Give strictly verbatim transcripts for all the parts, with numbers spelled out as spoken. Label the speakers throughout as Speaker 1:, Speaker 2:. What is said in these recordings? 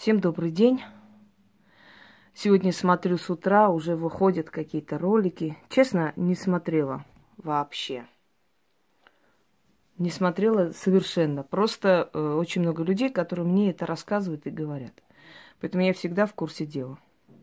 Speaker 1: Всем добрый день. Сегодня смотрю с утра, уже выходят какие-то ролики. Честно, не смотрела вообще. Не смотрела совершенно. Просто э, очень много людей, которые мне это рассказывают и говорят. Поэтому я всегда в курсе дела.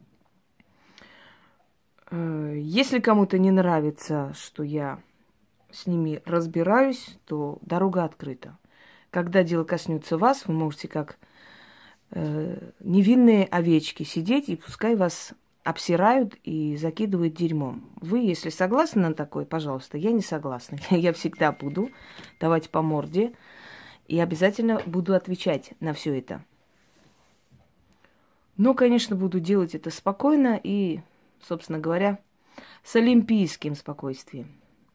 Speaker 1: Э, если кому-то не нравится, что я с ними разбираюсь, то дорога открыта. Когда дело коснется вас, вы можете как невинные овечки сидеть, и пускай вас обсирают и закидывают дерьмом. Вы, если согласны на такое, пожалуйста, я не согласна. Я всегда буду давать по морде и обязательно буду отвечать на все это. Но, конечно, буду делать это спокойно и, собственно говоря, с олимпийским спокойствием.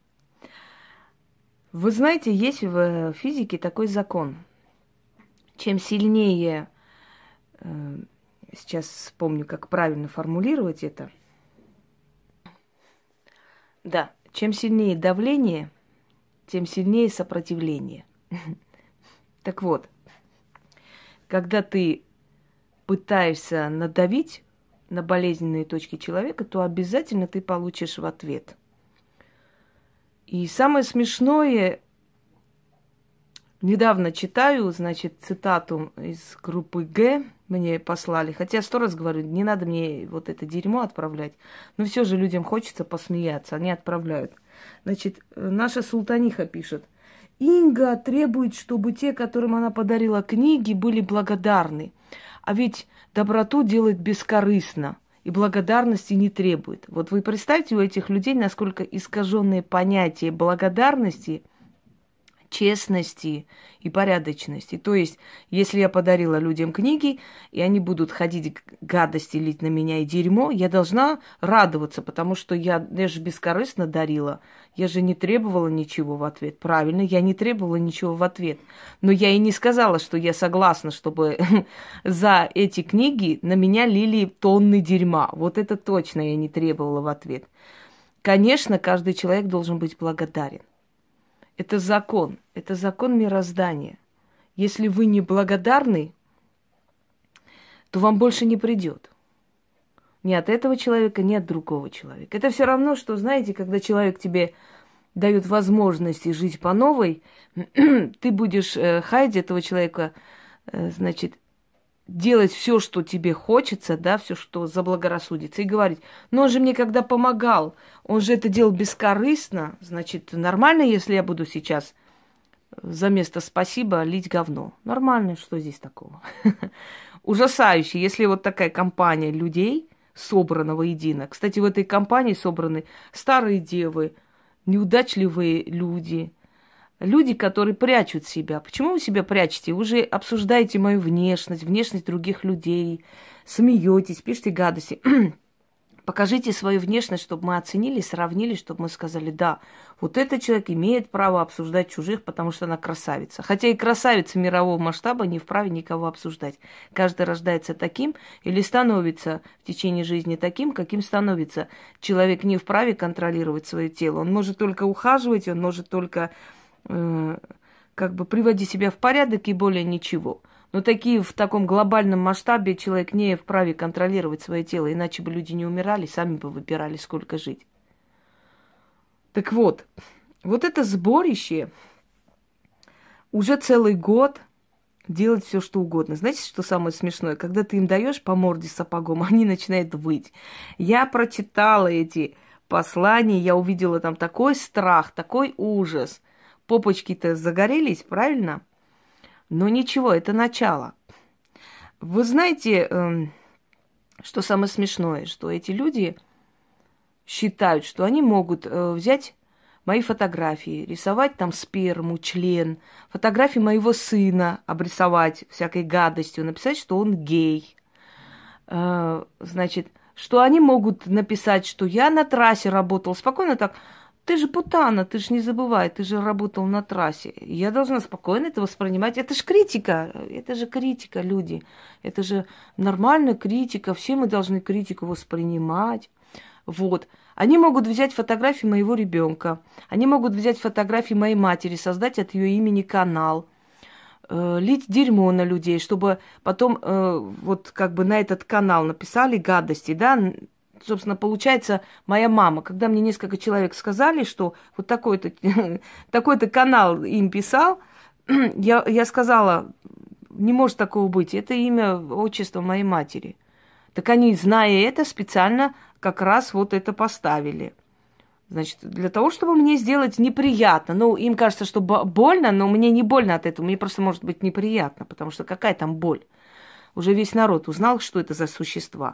Speaker 1: Вы знаете, есть в физике такой закон. Чем сильнее... Сейчас вспомню, как правильно формулировать это. Да, чем сильнее давление, тем сильнее сопротивление. Так вот, когда ты пытаешься надавить на болезненные точки человека, то обязательно ты получишь в ответ. И самое смешное, недавно читаю, значит, цитату из группы Г, мне послали. Хотя сто раз говорю, не надо мне вот это дерьмо отправлять. Но все же людям хочется посмеяться, они отправляют. Значит, наша султаниха пишет. Инга требует, чтобы те, которым она подарила книги, были благодарны. А ведь доброту делает бескорыстно и благодарности не требует. Вот вы представьте у этих людей, насколько искаженные понятия благодарности, честности и порядочности. То есть, если я подарила людям книги, и они будут ходить гадости лить на меня и дерьмо, я должна радоваться, потому что я, я же бескорыстно дарила. Я же не требовала ничего в ответ. Правильно, я не требовала ничего в ответ. Но я и не сказала, что я согласна, чтобы за эти книги на меня лили тонны дерьма. Вот это точно я не требовала в ответ. Конечно, каждый человек должен быть благодарен. Это закон, это закон мироздания. Если вы не благодарны, то вам больше не придет. Ни от этого человека, ни от другого человека. Это все равно, что, знаете, когда человек тебе дает возможность жить по новой, ты будешь э, хаять этого человека, э, значит, делать все, что тебе хочется, да, все, что заблагорассудится, и говорить, но он же мне когда помогал, он же это делал бескорыстно, значит, нормально, если я буду сейчас за место спасибо лить говно. Нормально, что здесь такого? Ужасающе, если вот такая компания людей собрана воедино. Кстати, в этой компании собраны старые девы, неудачливые люди, люди, которые прячут себя. Почему вы себя прячете? Вы же обсуждаете мою внешность, внешность других людей, смеетесь, пишете гадости. Покажите свою внешность, чтобы мы оценили, сравнили, чтобы мы сказали, да, вот этот человек имеет право обсуждать чужих, потому что она красавица. Хотя и красавица мирового масштаба не вправе никого обсуждать. Каждый рождается таким или становится в течение жизни таким, каким становится. Человек не вправе контролировать свое тело. Он может только ухаживать, он может только... как бы приводи себя в порядок и более ничего. Но такие в таком глобальном масштабе человек не вправе контролировать свое тело, иначе бы люди не умирали, сами бы выбирали, сколько жить. Так вот, вот это сборище уже целый год делать все, что угодно. Знаете, что самое смешное? Когда ты им даешь по морде сапогом, они начинают выть. Я прочитала эти послания, я увидела там такой страх, такой ужас. Попочки-то загорелись, правильно? Но ничего, это начало. Вы знаете, что самое смешное? Что эти люди считают, что они могут взять мои фотографии, рисовать там сперму, член, фотографии моего сына обрисовать всякой гадостью, написать, что он гей. Значит, что они могут написать, что я на трассе работал. Спокойно так... Ты же путана, ты же не забывай, ты же работал на трассе. Я должна спокойно это воспринимать. Это же критика, это же критика, люди. Это же нормальная критика, все мы должны критику воспринимать. Вот. Они могут взять фотографии моего ребенка, они могут взять фотографии моей матери, создать от ее имени канал, э, лить дерьмо на людей, чтобы потом э, вот как бы на этот канал написали гадости, да. Собственно, получается, моя мама, когда мне несколько человек сказали, что вот такой-то такой-то канал им писал, я, я сказала, не может такого быть, это имя, отчество моей матери. Так они, зная это, специально как раз вот это поставили. Значит, для того, чтобы мне сделать неприятно. Ну, им кажется, что больно, но мне не больно от этого. Мне просто может быть неприятно, потому что какая там боль? Уже весь народ узнал, что это за существа.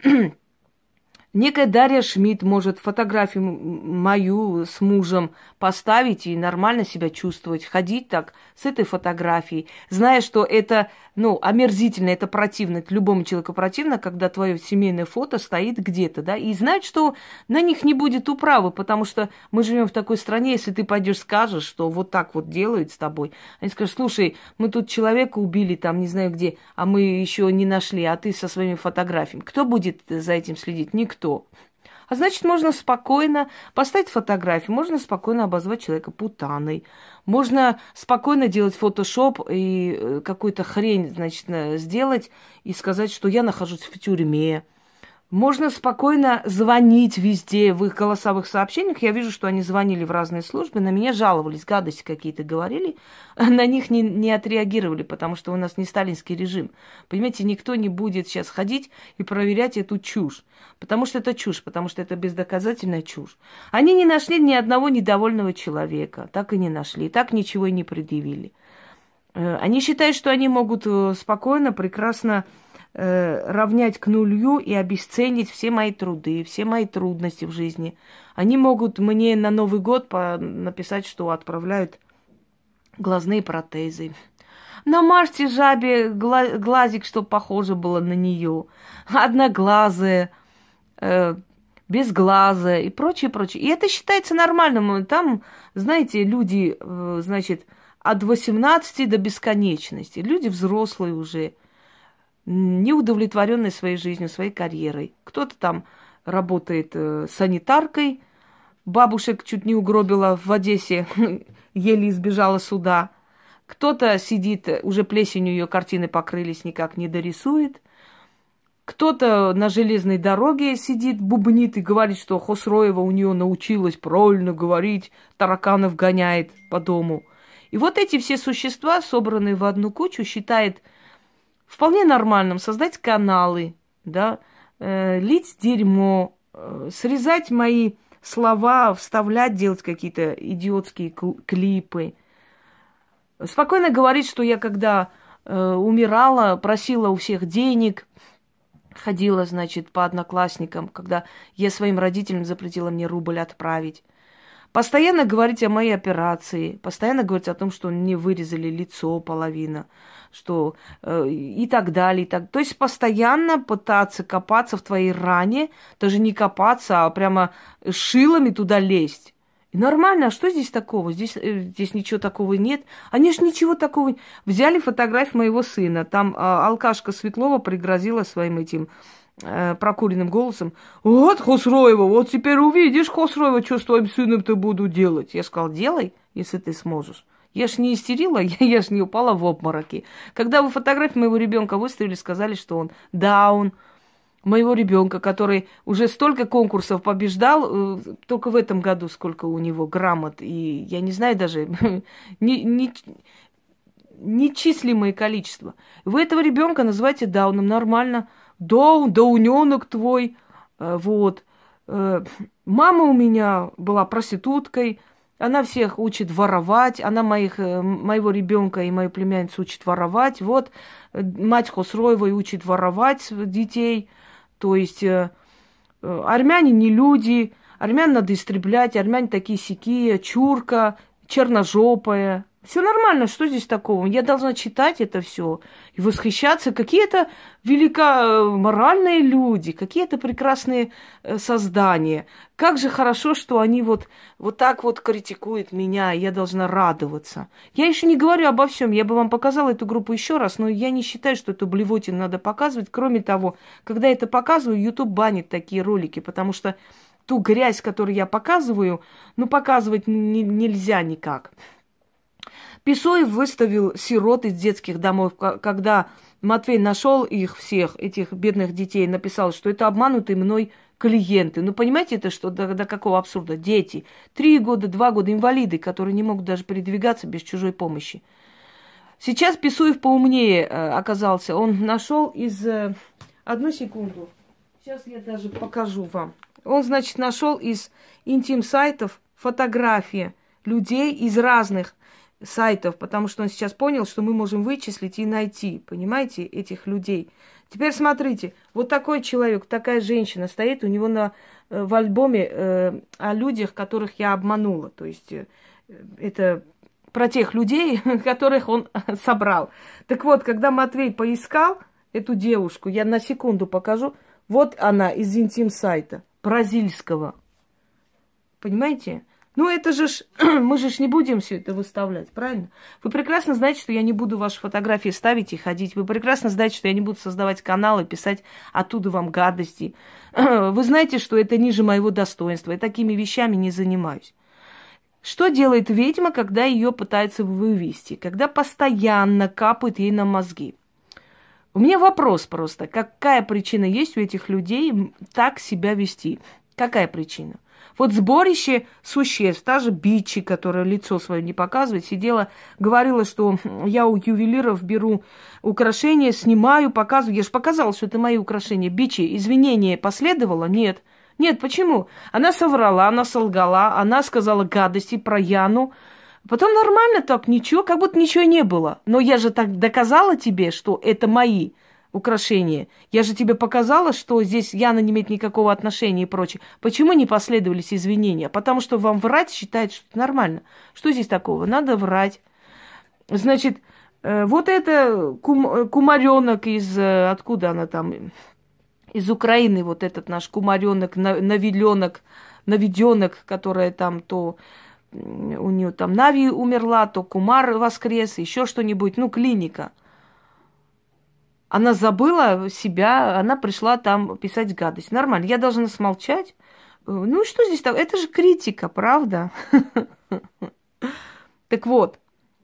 Speaker 1: Некая Дарья Шмидт может фотографию мою с мужем поставить и нормально себя чувствовать, ходить так с этой фотографией, зная, что это, ну, омерзительно, это противно, это любому человеку противно, когда твое семейное фото стоит где-то, да, и знать, что на них не будет управы, потому что мы живем в такой стране, если ты пойдешь скажешь, что вот так вот делают с тобой, они скажут, слушай, мы тут человека убили там, не знаю где, а мы еще не нашли, а ты со своими фотографиями. Кто будет за этим следить? Никто. А значит, можно спокойно поставить фотографию, можно спокойно обозвать человека путаной, можно спокойно делать фотошоп и какую-то хрень, значит, сделать и сказать, что я нахожусь в тюрьме. Можно спокойно звонить везде в их голосовых сообщениях. Я вижу, что они звонили в разные службы, на меня жаловались, гадости какие-то говорили. На них не, не отреагировали, потому что у нас не сталинский режим. Понимаете, никто не будет сейчас ходить и проверять эту чушь. Потому что это чушь, потому что это бездоказательная чушь. Они не нашли ни одного недовольного человека. Так и не нашли, так ничего и не предъявили. Они считают, что они могут спокойно, прекрасно равнять к нулю и обесценить все мои труды, все мои трудности в жизни. Они могут мне на Новый год написать, что отправляют глазные протезы. Намажьте жабе глазик, чтобы похоже было на нее. Одноглазая, э, безглазая и прочее, прочее. И это считается нормальным. Там, знаете, люди, э, значит, от восемнадцати до бесконечности. Люди взрослые уже, неудовлетворенные своей жизнью, своей карьерой. Кто-то там работает э, санитаркой, бабушек чуть не угробила в Одессе, еле избежала суда. Кто-то сидит, уже плесенью ее картины покрылись, никак не дорисует. Кто-то на железной дороге сидит, бубнит и говорит, что Хосроева у нее научилась правильно говорить, тараканов гоняет по дому. И вот эти все существа, собранные в одну кучу, считают вполне нормальным создать каналы, да, э, лить дерьмо, э, срезать мои слова, вставлять, делать какие-то идиотские клипы. Спокойно говорить, что я когда э, умирала, просила у всех денег, ходила, значит, по одноклассникам, когда я своим родителям запретила мне рубль отправить. Постоянно говорить о моей операции, постоянно говорить о том, что мне вырезали лицо половина, что э, и так далее. И так. То есть постоянно пытаться копаться в твоей ране, даже не копаться, а прямо шилами туда лезть. И нормально, а что здесь такого? Здесь, э, здесь ничего такого нет. Они ж ничего такого... Взяли фотографию моего сына. Там э, алкашка Светлова пригрозила своим этим э, прокуренным голосом. Вот, Хосроева, вот теперь увидишь, Хосроева, что с твоим сыном-то буду делать. Я сказал, делай, если ты сможешь. Я ж не истерила, я, я ж не упала в обмороки. Когда вы фотографию моего ребенка выставили, сказали, что он даун. Моего ребенка, который уже столько конкурсов побеждал, только в этом году сколько у него грамот, и я не знаю даже, не, не, нечислимое количество. Вы этого ребенка называете дауном, нормально. Даун, дауненок твой, вот. Мама у меня была проституткой, она всех учит воровать, она моих, моего ребенка и мою племянницу учит воровать, вот. Мать Хосроевой учит воровать детей. То есть э, армяне не люди, армян надо истреблять, армяне такие сякие, чурка, черножопая. Все нормально, что здесь такого? Я должна читать это все и восхищаться. Какие-то великоморальные люди, какие-то прекрасные создания. Как же хорошо, что они вот, вот так вот критикуют меня, и я должна радоваться. Я еще не говорю обо всем. Я бы вам показала эту группу еще раз, но я не считаю, что эту блевотину надо показывать. Кроме того, когда я это показываю, YouTube банит такие ролики, потому что ту грязь, которую я показываю, ну, показывать не, нельзя никак. Писоев выставил сирот из детских домов, когда Матвей нашел их всех, этих бедных детей, написал, что это обманутые мной клиенты. Ну, понимаете, это что, до, до какого абсурда? Дети, три года, два года, инвалиды, которые не могут даже передвигаться без чужой помощи. Сейчас Писуев поумнее э, оказался. Он нашел из... Э, одну секунду. Сейчас я даже покажу вам. Он, значит, нашел из интим-сайтов фотографии людей из разных сайтов, потому что он сейчас понял, что мы можем вычислить и найти, понимаете, этих людей. Теперь смотрите, вот такой человек, такая женщина стоит у него на, в альбоме э, о людях, которых я обманула. То есть э, это про тех людей, которых он собрал. Так вот, когда Матвей поискал эту девушку, я на секунду покажу, вот она из интим-сайта бразильского. Понимаете? Ну, это же ж, мы же ж не будем все это выставлять, правильно? Вы прекрасно знаете, что я не буду ваши фотографии ставить и ходить. Вы прекрасно знаете, что я не буду создавать каналы, писать оттуда вам гадости. Вы знаете, что это ниже моего достоинства. Я такими вещами не занимаюсь. Что делает ведьма, когда ее пытаются вывести? Когда постоянно капают ей на мозги? У меня вопрос просто. Какая причина есть у этих людей так себя вести? Какая причина? Вот сборище существ, та же Бичи, которая лицо свое не показывает, сидела, говорила, что я у ювелиров беру украшения, снимаю, показываю. Я же показала, что это мои украшения. Бичи, извинения последовало? Нет. Нет, почему? Она соврала, она солгала, она сказала гадости про Яну. Потом нормально так, ничего, как будто ничего не было. Но я же так доказала тебе, что это мои украшения. Я же тебе показала, что здесь Яна не имеет никакого отношения и прочее. Почему не последовались извинения? Потому что вам врать считает, что это нормально. Что здесь такого? Надо врать. Значит, вот это кум, кумаренок из... Откуда она там? Из Украины, вот этот наш кумаренок, наведенок, наведенок, которая там то... У нее там Нави умерла, то Кумар воскрес, еще что-нибудь. Ну, клиника. Она забыла себя, она пришла там писать гадость. Нормально, я должна смолчать. Ну, что здесь так? Это же критика, правда? Так вот,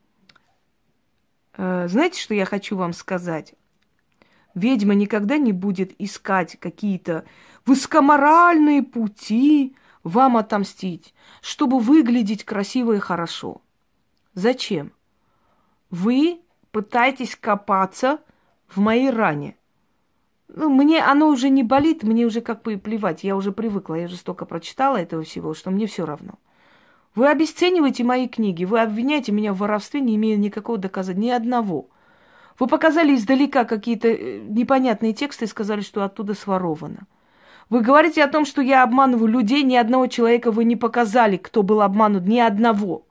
Speaker 1: знаете, что я хочу вам сказать? Ведьма никогда не будет искать какие-то высокоморальные пути вам отомстить, чтобы выглядеть красиво и хорошо. Зачем? Вы пытаетесь копаться в моей ране. Ну, мне оно уже не болит, мне уже как бы плевать. Я уже привыкла, я уже столько прочитала этого всего, что мне все равно. Вы обесцениваете мои книги, вы обвиняете меня в воровстве, не имея никакого доказательства, ни одного. Вы показали издалека какие-то непонятные тексты и сказали, что оттуда своровано. Вы говорите о том, что я обманываю людей, ни одного человека вы не показали, кто был обманут, ни одного.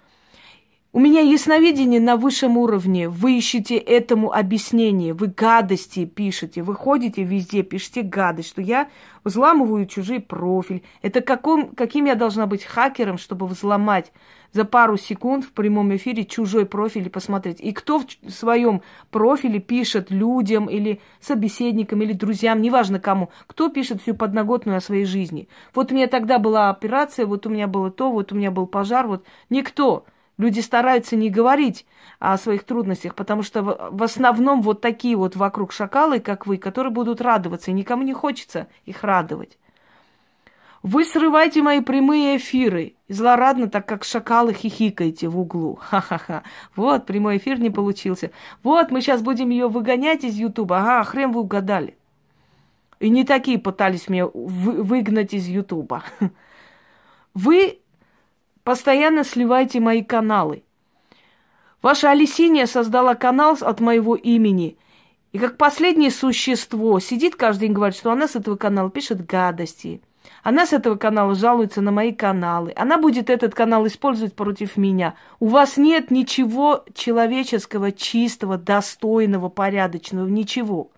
Speaker 1: У меня ясновидение на высшем уровне. Вы ищете этому объяснение. Вы гадости пишете. Вы ходите везде, пишете гадость, что я взламываю чужой профиль. Это каком, каким я должна быть хакером, чтобы взломать за пару секунд в прямом эфире чужой профиль и посмотреть. И кто в своем профиле пишет людям или собеседникам, или друзьям, неважно кому, кто пишет всю подноготную о своей жизни. Вот у меня тогда была операция, вот у меня было то, вот у меня был пожар, вот никто. Люди стараются не говорить о своих трудностях, потому что в основном вот такие вот вокруг шакалы, как вы, которые будут радоваться, и никому не хочется их радовать. Вы срываете мои прямые эфиры, злорадно, так как шакалы хихикаете в углу. Ха-ха-ха. Вот, прямой эфир не получился. Вот, мы сейчас будем ее выгонять из Ютуба. Ага, хрен вы угадали. И не такие пытались меня вы- выгнать из Ютуба. Вы постоянно сливайте мои каналы. Ваша Алисиния создала канал от моего имени. И как последнее существо сидит каждый день и говорит, что она с этого канала пишет гадости. Она с этого канала жалуется на мои каналы. Она будет этот канал использовать против меня. У вас нет ничего человеческого, чистого, достойного, порядочного. Ничего.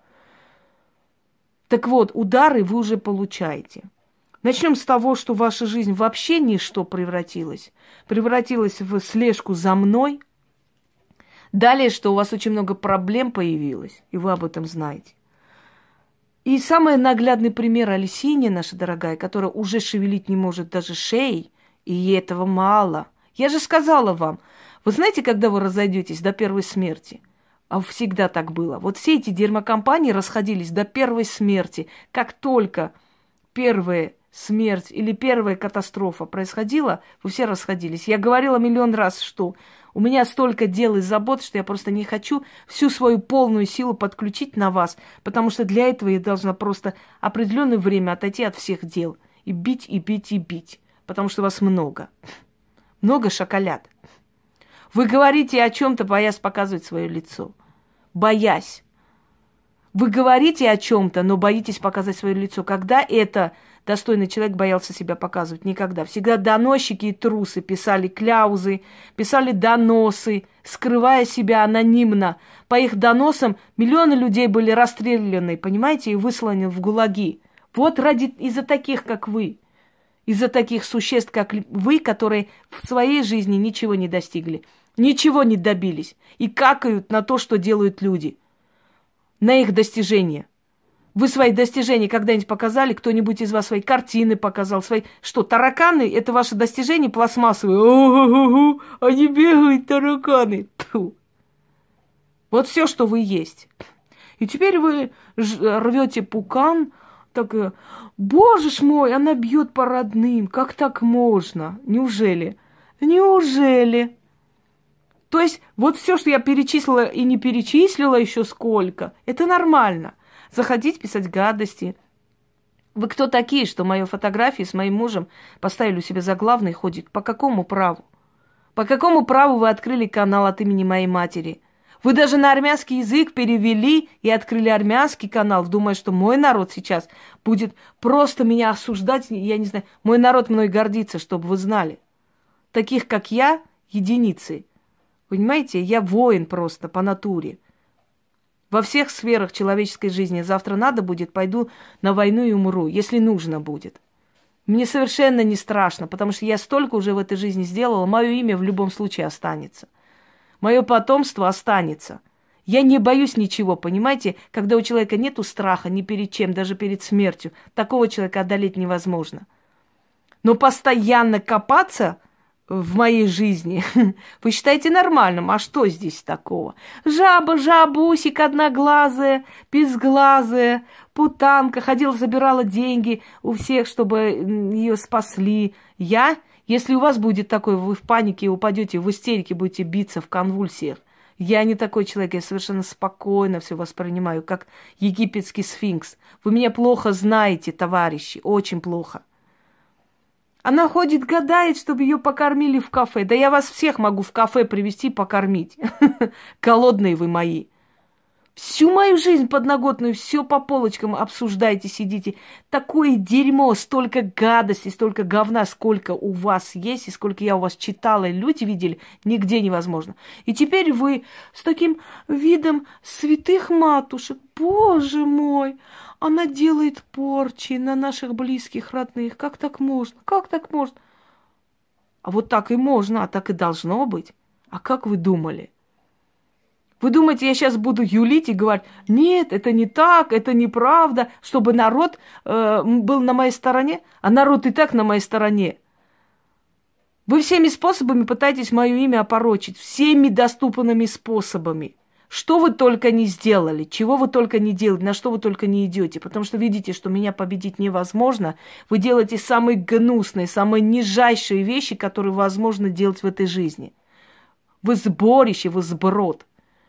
Speaker 1: Так вот, удары вы уже получаете. Начнем с того, что ваша жизнь вообще ничто превратилась. Превратилась в слежку за мной. Далее, что у вас очень много проблем появилось, и вы об этом знаете. И самый наглядный пример Алисиния, наша дорогая, которая уже шевелить не может даже шеей, и ей этого мало. Я же сказала вам, Вы знаете, когда вы разойдетесь до первой смерти? А всегда так было. Вот все эти дерьмокомпании расходились до первой смерти. Как только первая смерть или первая катастрофа происходила, вы все расходились. Я говорила миллион раз, что у меня столько дел и забот, что я просто не хочу всю свою полную силу подключить на вас, потому что для этого я должна просто определенное время отойти от всех дел. И бить, и бить, и бить. Потому что вас много. Много шоколад. Вы говорите о чем-то, боясь показывать свое лицо. Боясь. Вы говорите о чем-то, но боитесь показать свое лицо. Когда это достойный человек боялся себя показывать? Никогда. Всегда доносчики и трусы писали кляузы, писали доносы, скрывая себя анонимно. По их доносам миллионы людей были расстреляны, понимаете, и высланы в ГУЛАГи. Вот ради из-за таких, как вы. Из-за таких существ, как вы, которые в своей жизни ничего не достигли, ничего не добились и какают на то, что делают люди, на их достижения. Вы свои достижения когда-нибудь показали? Кто-нибудь из вас свои картины показал? Свои... Что, тараканы? Это ваши достижения пластмассовые? О-о-о-о, они бегают, тараканы. Тьфу. Вот все, что вы есть. И теперь вы рвете пукан, так, боже ж мой, она бьет по родным. Как так можно? Неужели? Неужели? То есть вот все, что я перечислила и не перечислила еще сколько, это нормально. Заходить, писать гадости. Вы кто такие, что мою фотографию с моим мужем поставили у себя за главный ходит? По какому праву? По какому праву вы открыли канал от имени моей матери? Вы даже на армянский язык перевели и открыли армянский канал, думая, что мой народ сейчас будет просто меня осуждать. Я не знаю, мой народ мной гордится, чтобы вы знали. Таких, как я, единицы. Понимаете, я воин просто по натуре. Во всех сферах человеческой жизни. Завтра надо будет, пойду на войну и умру, если нужно будет. Мне совершенно не страшно, потому что я столько уже в этой жизни сделала, мое имя в любом случае останется. Мое потомство останется. Я не боюсь ничего, понимаете? Когда у человека нету страха ни перед чем, даже перед смертью, такого человека одолеть невозможно. Но постоянно копаться в моей жизни вы считаете нормальным? А что здесь такого? Жаба, жабусик, одноглазая, безглазая, путанка, ходила, забирала деньги у всех, чтобы ее спасли. Я... Если у вас будет такое, вы в панике упадете, в истерике будете биться в конвульсиях. Я не такой человек, я совершенно спокойно все воспринимаю, как египетский сфинкс. Вы меня плохо знаете, товарищи, очень плохо. Она ходит, гадает, чтобы ее покормили в кафе. Да я вас всех могу в кафе привезти покормить. Голодные вы мои. Всю мою жизнь подноготную, все по полочкам обсуждаете, сидите. Такое дерьмо, столько гадости, столько говна, сколько у вас есть, и сколько я у вас читала, и люди видели, нигде невозможно. И теперь вы с таким видом святых матушек, боже мой, она делает порчи на наших близких, родных. Как так можно? Как так можно? А вот так и можно, а так и должно быть. А как вы думали? Вы думаете, я сейчас буду юлить и говорить, нет, это не так, это неправда, чтобы народ э, был на моей стороне? А народ и так на моей стороне. Вы всеми способами пытаетесь мое имя опорочить, всеми доступными способами. Что вы только не сделали, чего вы только не делаете, на что вы только не идете. Потому что видите, что меня победить невозможно. Вы делаете самые гнусные, самые нижайшие вещи, которые возможно делать в этой жизни. Вы сборище, вы сброд.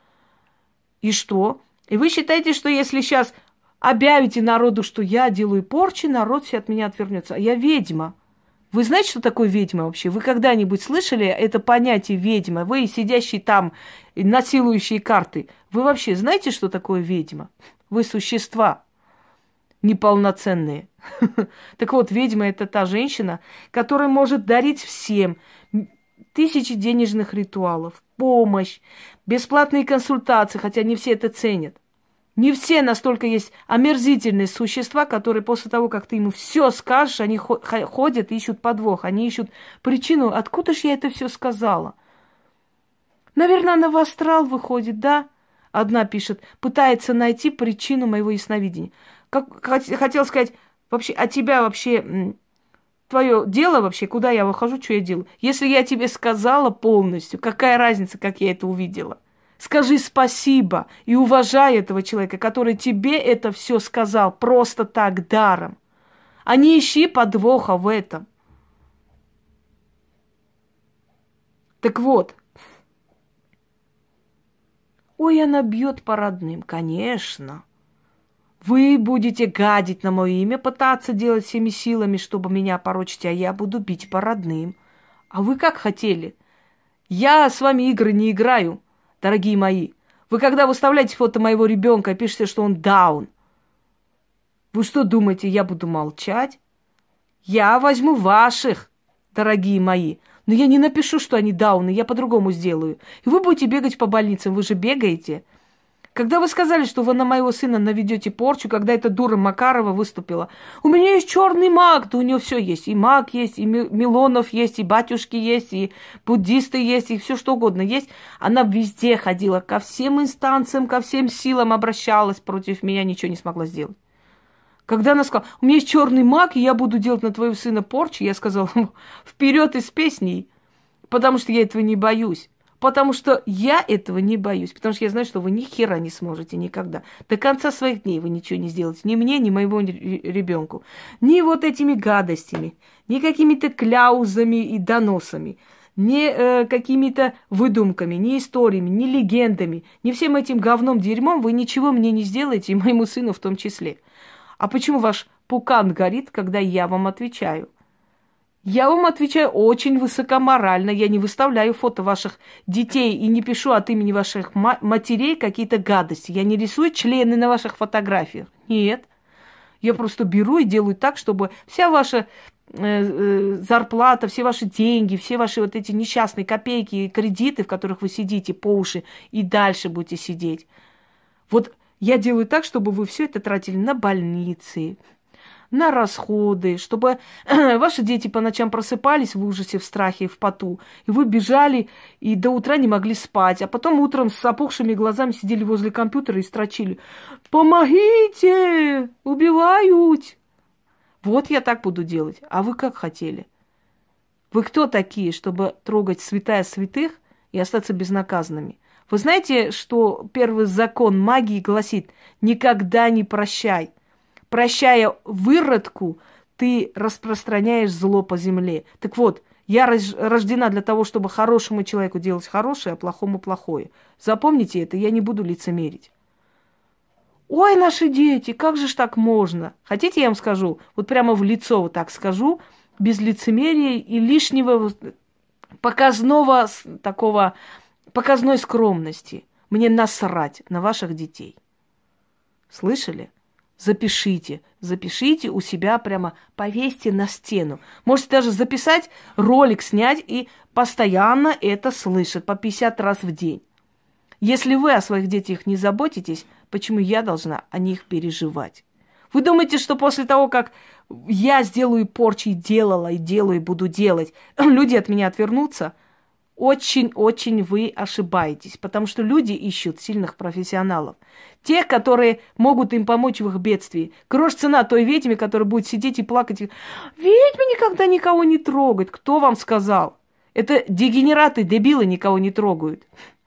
Speaker 1: И что? И вы считаете, что если сейчас объявите народу, что я делаю порчи, народ все от меня отвернется. А я ведьма. Вы знаете, что такое ведьма вообще? Вы когда-нибудь слышали это понятие ведьма? Вы, сидящие там, насилующие карты, вы вообще знаете, что такое ведьма? Вы существа неполноценные. Так вот, ведьма – это та женщина, которая может дарить всем тысячи денежных ритуалов, помощь, бесплатные консультации, хотя не все это ценят. Не все настолько есть омерзительные существа, которые после того, как ты ему все скажешь, они ходят и ищут подвох, они ищут причину, откуда же я это все сказала. Наверное, она в астрал выходит, да? Одна пишет, пытается найти причину моего ясновидения. Как, хотела сказать, вообще, а тебя вообще... твое дело вообще, куда я выхожу, что я делаю. Если я тебе сказала полностью, какая разница, как я это увидела? Скажи спасибо и уважай этого человека, который тебе это все сказал просто так даром. А не ищи подвоха в этом. Так вот. Ой, она бьет по родным. Конечно. Вы будете гадить на мое имя, пытаться делать всеми силами, чтобы меня порочить, а я буду бить по родным. А вы как хотели? Я с вами игры не играю, дорогие мои. Вы когда выставляете фото моего ребенка и пишете, что он даун, вы что думаете, я буду молчать? Я возьму ваших, дорогие мои. Но я не напишу, что они дауны, я по-другому сделаю. И вы будете бегать по больницам, вы же бегаете. Когда вы сказали, что вы на моего сына наведете порчу, когда эта дура Макарова выступила, у меня есть черный маг, да у нее все есть. И маг есть, и Милонов есть, и батюшки есть, и буддисты есть, и все что угодно есть. Она везде ходила, ко всем инстанциям, ко всем силам обращалась, против меня ничего не смогла сделать. Когда она сказала, у меня есть черный маг, и я буду делать на твоего сына порчу, я сказала, вперед из песней, потому что я этого не боюсь. Потому что я этого не боюсь, потому что я знаю, что вы ни хера не сможете никогда. До конца своих дней вы ничего не сделаете. Ни мне, ни моему ребенку. Ни вот этими гадостями, ни какими-то кляузами и доносами, ни э, какими-то выдумками, ни историями, ни легендами, ни всем этим говном, дерьмом вы ничего мне не сделаете, и моему сыну в том числе. А почему ваш пукан горит, когда я вам отвечаю? Я вам отвечаю очень высокоморально. Я не выставляю фото ваших детей и не пишу от имени ваших матерей какие-то гадости. Я не рисую члены на ваших фотографиях. Нет. Я просто беру и делаю так, чтобы вся ваша э, э, зарплата, все ваши деньги, все ваши вот эти несчастные копейки и кредиты, в которых вы сидите по уши и дальше будете сидеть. Вот я делаю так, чтобы вы все это тратили на больницы, на расходы, чтобы ваши дети по ночам просыпались в ужасе, в страхе, в поту, и вы бежали и до утра не могли спать, а потом утром с опухшими глазами сидели возле компьютера и строчили: «Помогите! Убивают!» Вот я так буду делать. А вы как хотели? Вы кто такие, чтобы трогать святая святых и остаться безнаказанными? Вы знаете, что первый закон магии гласит: никогда не прощай. Прощая выродку, ты распространяешь зло по земле. Так вот, я рождена для того, чтобы хорошему человеку делать хорошее, а плохому плохое. Запомните это, я не буду лицемерить. Ой, наши дети, как же ж так можно? Хотите, я вам скажу? Вот прямо в лицо вот так скажу, без лицемерия и лишнего показного такого... показной скромности. Мне насрать на ваших детей. Слышали? Запишите. Запишите у себя прямо, повесьте на стену. Можете даже записать, ролик снять и постоянно это слышать по пятьдесят раз в день. Если вы о своих детях не заботитесь, почему я должна о них переживать? Вы думаете, что после того, как я сделаю порчи, и делала, и делаю, и буду делать, люди от меня отвернутся? Очень-очень вы ошибаетесь, потому что люди ищут сильных профессионалов. Тех, которые могут им помочь в их бедствии. Грош цена той ведьме, которая будет сидеть и плакать. Ведьма никогда никого не трогает. Кто вам сказал? Это дегенераты, дебилы никого не трогают.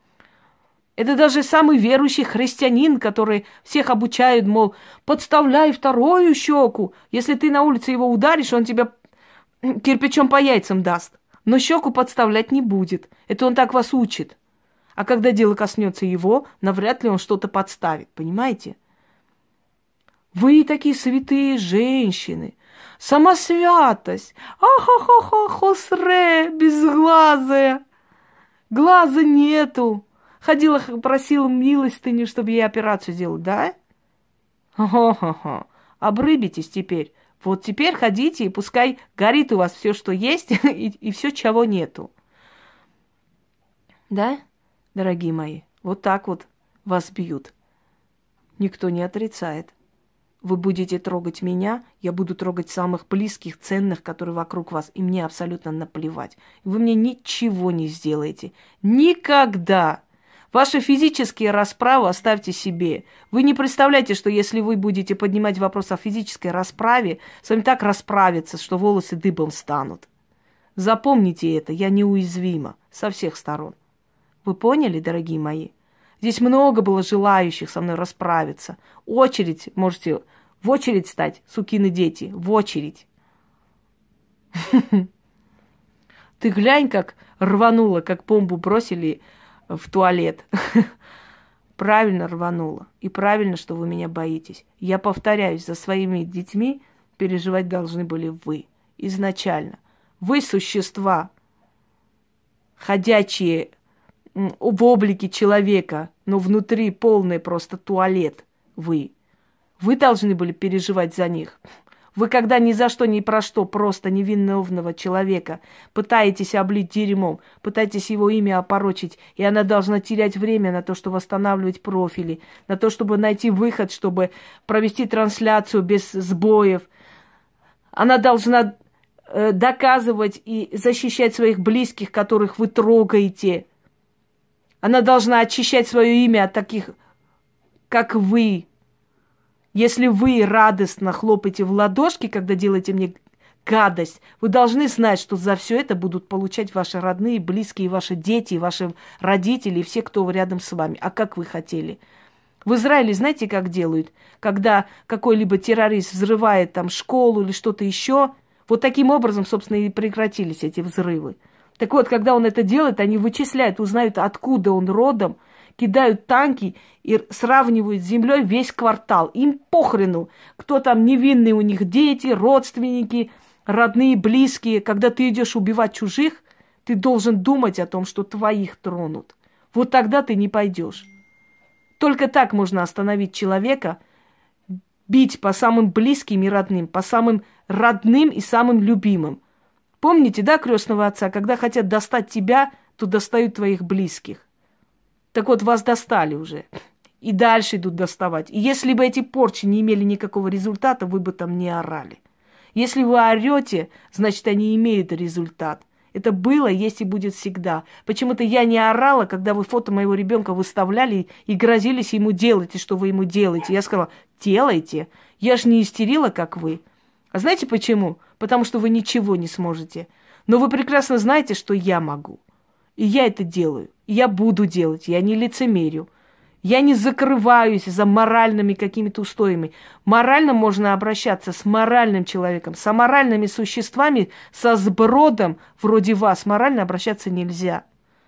Speaker 1: Это даже самый верующий христианин, который всех обучает, мол, подставляй вторую щеку. Если ты на улице его ударишь, он тебя кирпичом по яйцам даст. Но щеку подставлять не будет. Это он так вас учит. А когда дело коснется его, навряд ли он что-то подставит. Понимаете? Вы такие святые женщины. Самосвятость. Ахахаха, хосре, безглазая. Глаза нету. Ходила, просила милостыню, чтобы ей операцию сделать, да? Ха-ха-ха. Обрыбитесь теперь. Вот теперь ходите, и пускай горит у вас все, что есть, и, и все, чего нету. Да, дорогие мои? Вот так вот вас бьют. Никто не отрицает. Вы будете трогать меня, я буду трогать самых близких, ценных, которые вокруг вас, и мне абсолютно наплевать. Вы мне ничего не сделаете. Никогда. Ваши физические расправы оставьте себе. Вы не представляете, что если вы будете поднимать вопрос о физической расправе, с вами так расправятся, что волосы дыбом станут. Запомните это, я неуязвима со всех сторон. Вы поняли, дорогие мои? Здесь много было желающих со мной расправиться. Очередь, можете в очередь стать, сукины дети, в очередь. Ты глянь, как рванула, как бомбу бросили в туалет. Правильно рванула. И правильно, что вы меня боитесь. Я повторяюсь, за своими детьми переживать должны были вы. Изначально. Вы существа, ходячие в облике человека, но внутри полный просто туалет. Вы. Вы должны были переживать за них. Вы когда ни за что, ни про что просто невиновного человека пытаетесь облить дерьмом, пытаетесь его имя опорочить, и она должна терять время на то, чтобы восстанавливать профили, на то, чтобы найти выход, чтобы провести трансляцию без сбоев. Она должна э, доказывать и защищать своих близких, которых вы трогаете. Она должна очищать свое имя от таких, как вы. Если вы радостно хлопаете в ладошки, когда делаете мне гадость, вы должны знать, что за все это будут получать ваши родные, близкие, ваши дети, ваши родители и все, кто рядом с вами. А как вы хотели? В Израиле знаете, как делают? Когда какой-либо террорист взрывает там школу или что-то еще, вот таким образом, собственно, и прекратились эти взрывы. Так вот, когда он это делает, они вычисляют, узнают, откуда он родом, кидают танки и сравнивают с землей весь квартал. Им похрену, кто там невинные у них дети, родственники, родные, близкие. Когда ты идешь убивать чужих, ты должен думать о том, что твоих тронут. Вот тогда ты не пойдешь. Только так можно остановить человека, бить по самым близким и родным, по самым родным и самым любимым. Помните, да, крестного отца, когда хотят достать тебя, то достают твоих близких. Так вот, вас достали уже. И дальше идут доставать. И если бы эти порчи не имели никакого результата, вы бы там не орали. Если вы орете, значит, они имеют результат. Это было, есть и будет всегда. Почему-то я не орала, когда вы фото моего ребенка выставляли и грозились ему делать, и что вы ему делаете. Я сказала, делайте. Я ж не истерила, как вы. А знаете почему? Потому что вы ничего не сможете. Но вы прекрасно знаете, что я могу. И я это делаю. И я буду делать. Я не лицемерю. Я не закрываюсь за моральными какими-то устоями. Морально можно обращаться с моральным человеком. С аморальными существами, со сбродом вроде вас морально обращаться нельзя.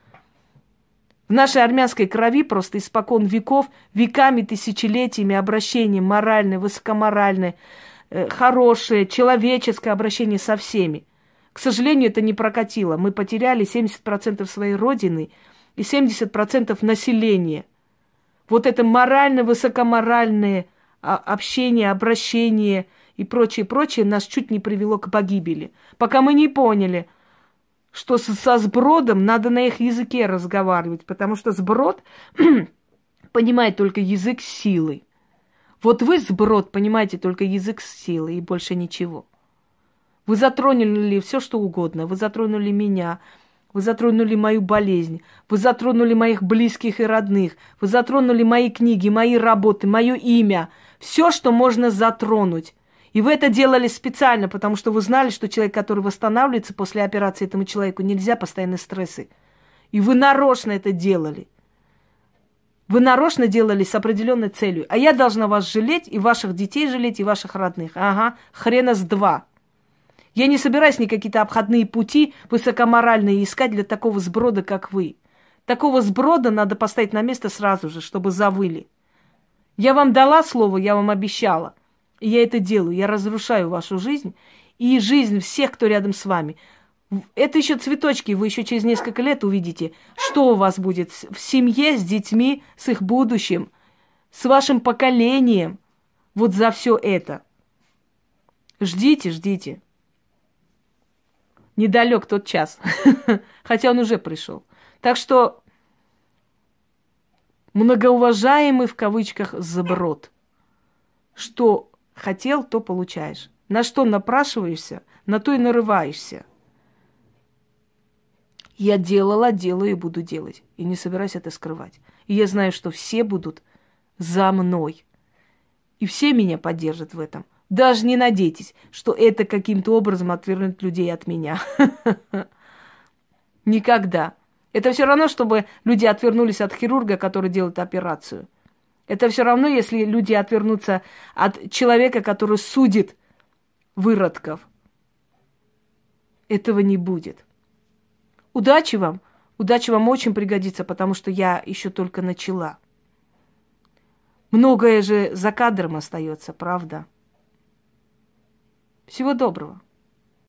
Speaker 1: В нашей армянской крови просто испокон веков, веками, тысячелетиями обращение моральное, высокоморальное, э, хорошее, человеческое обращение со всеми. К сожалению, это не прокатило. Мы потеряли семьдесят процентов своей родины и семьдесят процентов населения. Вот это морально-высокоморальное общение, обращение и прочее, прочее нас чуть не привело к погибели. Пока мы не поняли, что со сбродом надо на их языке разговаривать, потому что сброд понимает только язык силы. Вот вы, сброд, понимаете только язык силы и больше ничего. Вы затронули все, что угодно. Вы затронули меня. Вы затронули мою болезнь. Вы затронули моих близких и родных. Вы затронули мои книги, мои работы, мое имя. Все, что можно затронуть. И вы это делали специально, потому что вы знали, что человек, который восстанавливается после операции, этому человеку нельзя постоянные стрессы. И вы нарочно это делали. Вы нарочно делали с определенной целью. А я должна вас жалеть, и ваших детей жалеть, и ваших родных. Ага, хрена с два. Я не собираюсь никакие-то обходные пути высокоморальные искать для такого сброда, как вы. Такого сброда надо поставить на место сразу же, чтобы завыли. Я вам дала слово, я вам обещала. И я это делаю. Я разрушаю вашу жизнь и жизнь всех, кто рядом с вами. Это еще цветочки. Вы еще через несколько лет увидите, что у вас будет в семье, с детьми, с их будущим, с вашим поколением. Вот за все это. Ждите, ждите. Недалек тот час. Хотя он уже пришел. Так что многоуважаемый в кавычках сброд. Что хотел, то получаешь. На что напрашиваешься, на то и нарываешься. Я делала, делаю и буду делать. И не собираюсь это скрывать. И я знаю, что все будут за мной. И все меня поддержат в этом. Даже не надейтесь, что это каким-то образом отвернет людей от меня. Никогда. Это все равно, чтобы люди отвернулись от хирурга, который делает операцию. Это все равно, если люди отвернутся от человека, который судит выродков. Этого не будет. Удачи вам. Удача вам очень пригодится, потому что я еще только начала. Многое же за кадром остается, правда? Всего доброго.